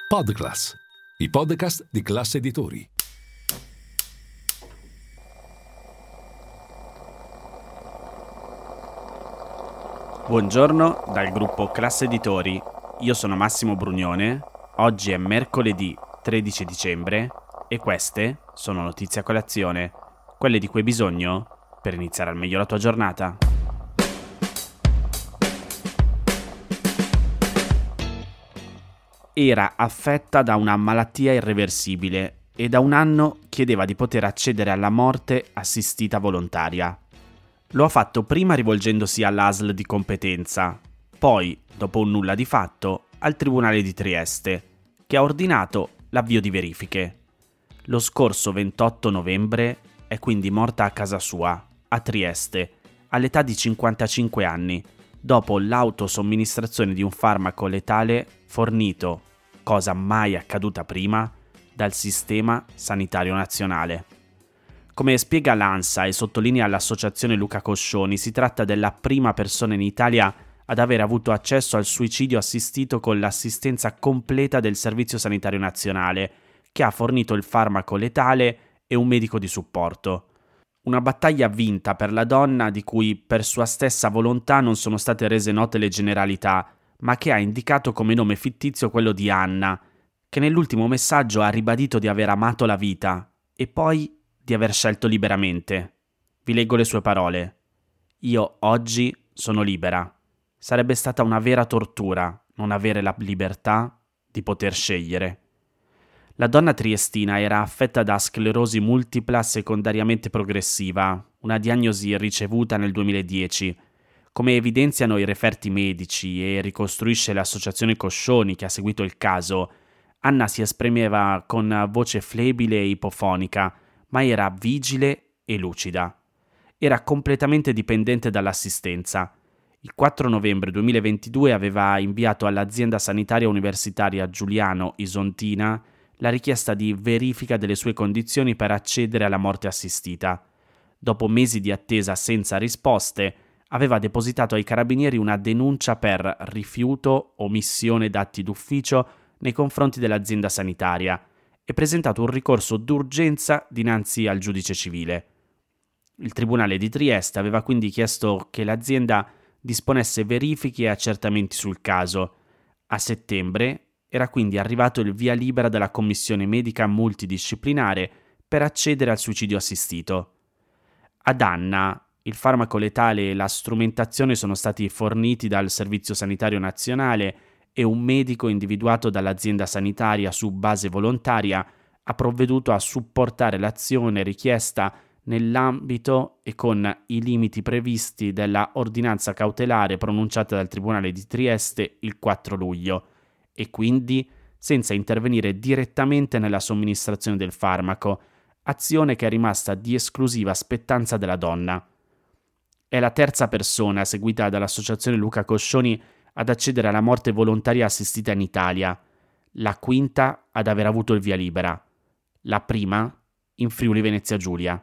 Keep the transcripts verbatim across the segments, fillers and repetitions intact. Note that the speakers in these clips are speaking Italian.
Podclass, i podcast di Classe Editori. Buongiorno dal gruppo Classe Editori, io sono Massimo Brugnone, oggi è mercoledì tredici dicembre e queste sono notizie a colazione, quelle di cui hai bisogno per iniziare al meglio la tua giornata. Era affetta da una malattia irreversibile e da un anno chiedeva di poter accedere alla morte assistita volontaria. Lo ha fatto prima rivolgendosi all'A S L di competenza, poi, dopo un nulla di fatto, al Tribunale di Trieste, che ha ordinato l'avvio di verifiche. Lo scorso ventotto novembre è quindi morta a casa sua, a Trieste, all'età di cinquantacinque anni, dopo l'autosomministrazione di un farmaco letale fornito, cosa mai accaduta prima, dal Sistema Sanitario Nazionale. Come spiega l'ANSA e sottolinea l'associazione Luca Coscioni, si tratta della prima persona in Italia ad aver avuto accesso al suicidio assistito con l'assistenza completa del Servizio Sanitario Nazionale, che ha fornito il farmaco letale e un medico di supporto. Una battaglia vinta per la donna di cui per sua stessa volontà non sono state rese note le generalità, ma che ha indicato come nome fittizio quello di Anna, che nell'ultimo messaggio ha ribadito di aver amato la vita e poi di aver scelto liberamente. Vi leggo le sue parole. Io oggi sono libera. Sarebbe stata una vera tortura non avere la libertà di poter scegliere. La donna triestina era affetta da sclerosi multipla secondariamente progressiva, una diagnosi ricevuta nel duemiladieci. Come evidenziano i referti medici e ricostruisce l'associazione Coscioni che ha seguito il caso, Anna si esprimeva con voce flebile e ipofonica, ma era vigile e lucida. Era completamente dipendente dall'assistenza. Il quattro novembre duemilaventidue aveva inviato all'azienda sanitaria universitaria Giuliano Isontina la richiesta di verifica delle sue condizioni per accedere alla morte assistita. Dopo mesi di attesa senza risposte, aveva depositato ai carabinieri una denuncia per rifiuto, omissione d'atti d'ufficio nei confronti dell'azienda sanitaria e presentato un ricorso d'urgenza dinanzi al giudice civile. Il Tribunale di Trieste aveva quindi chiesto che l'azienda disponesse verifiche e accertamenti sul caso. A settembre era quindi arrivato il via libera della commissione medica multidisciplinare per accedere al suicidio assistito. Ad Anna il farmaco letale e la strumentazione sono stati forniti dal Servizio Sanitario Nazionale e un medico individuato dall'azienda sanitaria su base volontaria ha provveduto a supportare l'azione richiesta nell'ambito e con i limiti previsti della ordinanza cautelare pronunciata dal Tribunale di Trieste il quattro luglio e quindi senza intervenire direttamente nella somministrazione del farmaco, azione che è rimasta di esclusiva spettanza della donna. È la terza persona, seguita dall'associazione Luca Coscioni, ad accedere alla morte volontaria assistita in Italia, la quinta ad aver avuto il via libera, la prima in Friuli Venezia Giulia.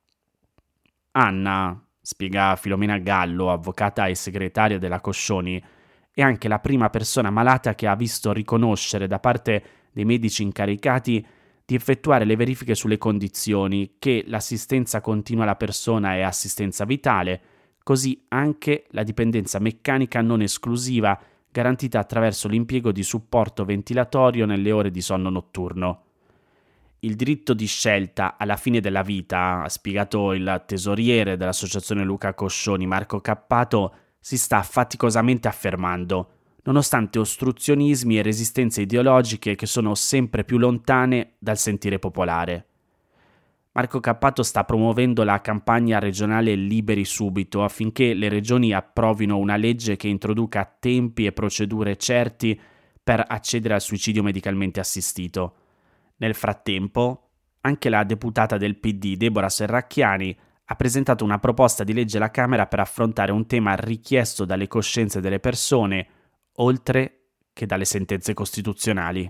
Anna, spiega Filomena Gallo, avvocata e segretaria della Coscioni, è anche la prima persona malata che ha visto riconoscere da parte dei medici incaricati di effettuare le verifiche sulle condizioni, che l'assistenza continua alla persona è assistenza vitale, così anche la dipendenza meccanica non esclusiva garantita attraverso l'impiego di supporto ventilatorio nelle ore di sonno notturno. Il diritto di scelta alla fine della vita, ha spiegato il tesoriere dell'associazione Luca Coscioni, Marco Cappato, si sta faticosamente affermando, nonostante ostruzionismi e resistenze ideologiche che sono sempre più lontane dal sentire popolare. Marco Cappato sta promuovendo la campagna regionale Liberi Subito affinché le regioni approvino una legge che introduca tempi e procedure certi per accedere al suicidio medicalmente assistito. Nel frattempo, anche la deputata del P D, Deborah Serracchiani, ha presentato una proposta di legge alla Camera per affrontare un tema richiesto dalle coscienze delle persone, oltre che dalle sentenze costituzionali.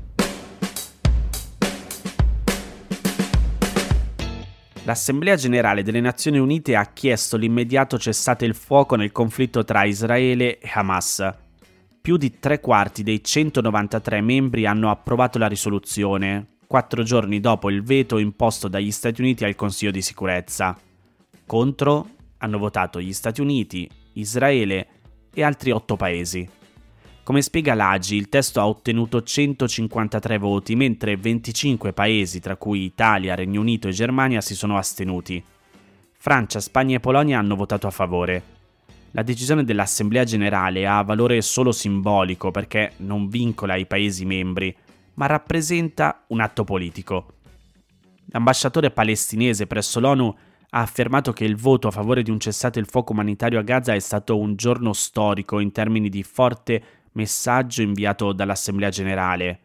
L'Assemblea Generale delle Nazioni Unite ha chiesto l'immediato cessate il fuoco nel conflitto tra Israele e Hamas. Più di tre quarti dei centonovantatré membri hanno approvato la risoluzione, quattro giorni dopo il veto imposto dagli Stati Uniti al Consiglio di sicurezza. Contro hanno votato gli Stati Uniti, Israele e altri otto paesi. Come spiega l'A G I, il testo ha ottenuto centocinquantatré voti, mentre venticinque paesi, tra cui Italia, Regno Unito e Germania, si sono astenuti. Francia, Spagna e Polonia hanno votato a favore. La decisione dell'Assemblea Generale ha valore solo simbolico perché non vincola i Paesi membri, ma rappresenta un atto politico. L'ambasciatore palestinese presso l'ONU ha affermato che il voto a favore di un cessate il fuoco umanitario a Gaza è stato un giorno storico in termini di forte messaggio inviato dall'Assemblea Generale.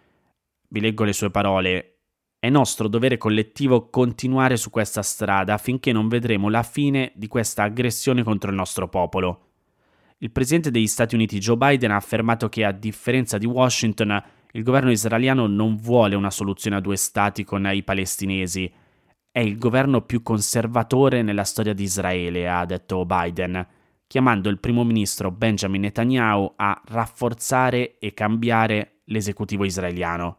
Vi leggo le sue parole. È nostro dovere collettivo continuare su questa strada finché non vedremo la fine di questa aggressione contro il nostro popolo. Il presidente degli Stati Uniti Joe Biden ha affermato che, a differenza di Washington, il governo israeliano non vuole una soluzione a due stati con i palestinesi. È il governo più conservatore nella storia di Israele, ha detto Biden, chiamando il primo ministro Benjamin Netanyahu a rafforzare e cambiare l'esecutivo israeliano.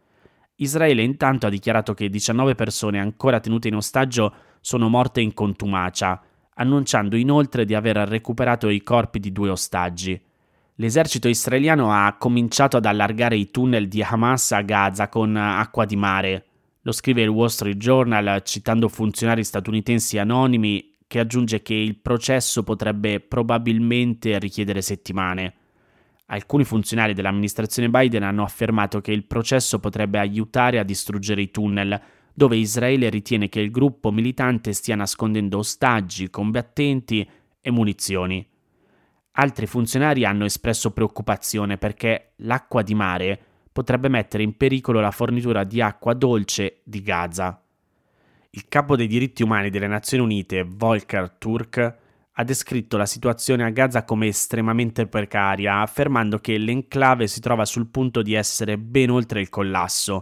Israele intanto ha dichiarato che diciannove persone ancora tenute in ostaggio sono morte in contumacia, annunciando inoltre di aver recuperato i corpi di due ostaggi. L'esercito israeliano ha cominciato ad allargare i tunnel di Hamas a Gaza con acqua di mare. Lo scrive il Wall Street Journal citando funzionari statunitensi anonimi, che aggiunge che il processo potrebbe probabilmente richiedere settimane. Alcuni funzionari dell'amministrazione Biden hanno affermato che il processo potrebbe aiutare a distruggere i tunnel, dove Israele ritiene che il gruppo militante stia nascondendo ostaggi, combattenti e munizioni. Altri funzionari hanno espresso preoccupazione perché l'acqua di mare potrebbe mettere in pericolo la fornitura di acqua dolce di Gaza. Il capo dei diritti umani delle Nazioni Unite, Volker Turk, ha descritto la situazione a Gaza come estremamente precaria, affermando che l'enclave si trova sul punto di essere ben oltre il collasso.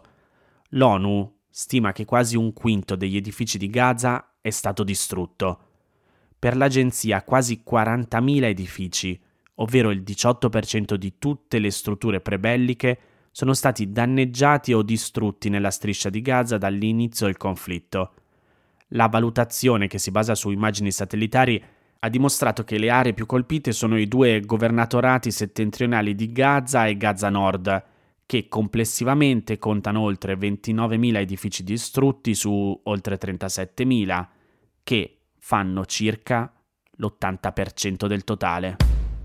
L'ONU stima che quasi un quinto degli edifici di Gaza è stato distrutto. Per l'agenzia quasi quarantamila edifici, ovvero il diciotto per cento di tutte le strutture prebelliche, sono stati danneggiati o distrutti nella striscia di Gaza dall'inizio del conflitto. La valutazione, che si basa su immagini satellitari, ha dimostrato che le aree più colpite sono i due governatorati settentrionali di Gaza e Gaza Nord, che complessivamente contano oltre ventinovemila edifici distrutti su oltre trentasettemila, che fanno circa l'ottanta per cento del totale.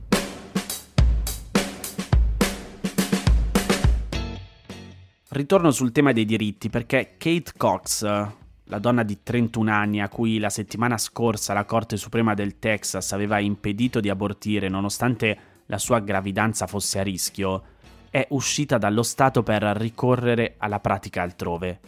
Ritorno sul tema dei diritti perché Kate Cox, la donna di trentuno anni a cui la settimana scorsa la Corte Suprema del Texas aveva impedito di abortire nonostante la sua gravidanza fosse a rischio, è uscita dallo Stato per ricorrere alla pratica altrove.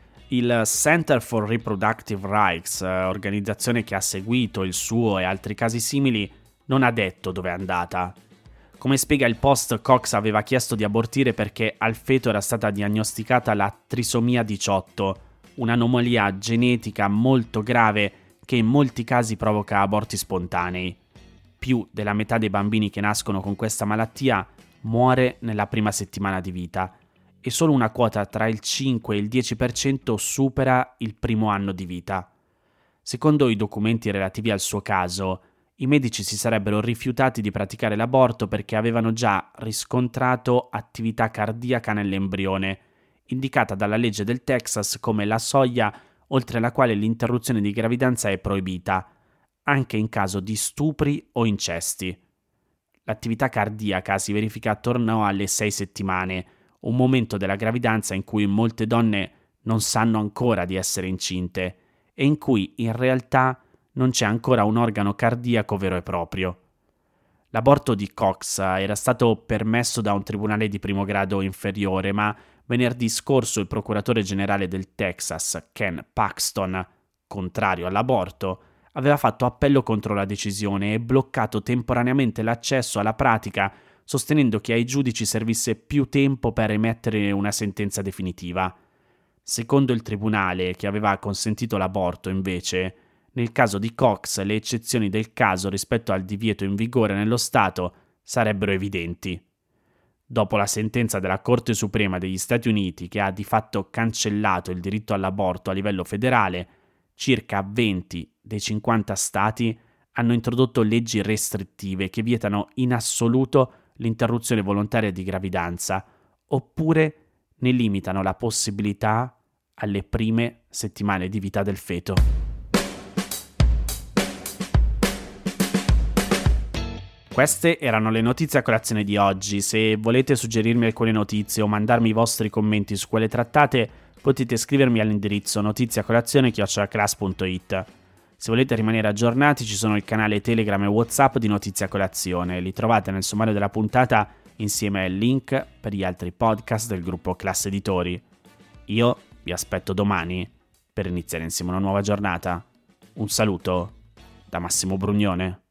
Il Center for Reproductive Rights, organizzazione che ha seguito il suo e altri casi simili, non ha detto dove è andata. Come spiega il Post, Cox aveva chiesto di abortire perché al feto era stata diagnosticata la trisomia diciotto, un'anomalia genetica molto grave che in molti casi provoca aborti spontanei. Più della metà dei bambini che nascono con questa malattia muore nella prima settimana di vita e solo una quota tra il cinque e il dieci per cento supera il primo anno di vita. Secondo i documenti relativi al suo caso, i medici si sarebbero rifiutati di praticare l'aborto perché avevano già riscontrato attività cardiaca nell'embrione, indicata dalla legge del Texas come la soglia oltre la quale l'interruzione di gravidanza è proibita, anche in caso di stupri o incesti. L'attività cardiaca si verifica attorno alle sei settimane, un momento della gravidanza in cui molte donne non sanno ancora di essere incinte e in cui in realtà non c'è ancora un organo cardiaco vero e proprio. L'aborto di Cox era stato permesso da un tribunale di primo grado inferiore, ma venerdì scorso il procuratore generale del Texas, Ken Paxton, contrario all'aborto, aveva fatto appello contro la decisione e bloccato temporaneamente l'accesso alla pratica, sostenendo che ai giudici servisse più tempo per emettere una sentenza definitiva. Secondo il tribunale che aveva consentito l'aborto, invece, nel caso di Cox le eccezioni del caso rispetto al divieto in vigore nello Stato sarebbero evidenti. Dopo la sentenza della Corte Suprema degli Stati Uniti che ha di fatto cancellato il diritto all'aborto a livello federale, circa venti dei cinquanta stati hanno introdotto leggi restrittive che vietano in assoluto l'interruzione volontaria di gravidanza, oppure ne limitano la possibilità alle prime settimane di vita del feto. Queste erano le notizie a colazione di oggi. Se volete suggerirmi alcune notizie o mandarmi i vostri commenti su quelle trattate, potete scrivermi all'indirizzo notiziacolazione chiocciola class punto it. Se volete rimanere aggiornati ci sono il canale Telegram e WhatsApp di Notizia Colazione, li trovate nel sommario della puntata insieme al link per gli altri podcast del gruppo Class Editori. Io vi aspetto domani per iniziare insieme una nuova giornata. Un saluto da Massimo Brugnone.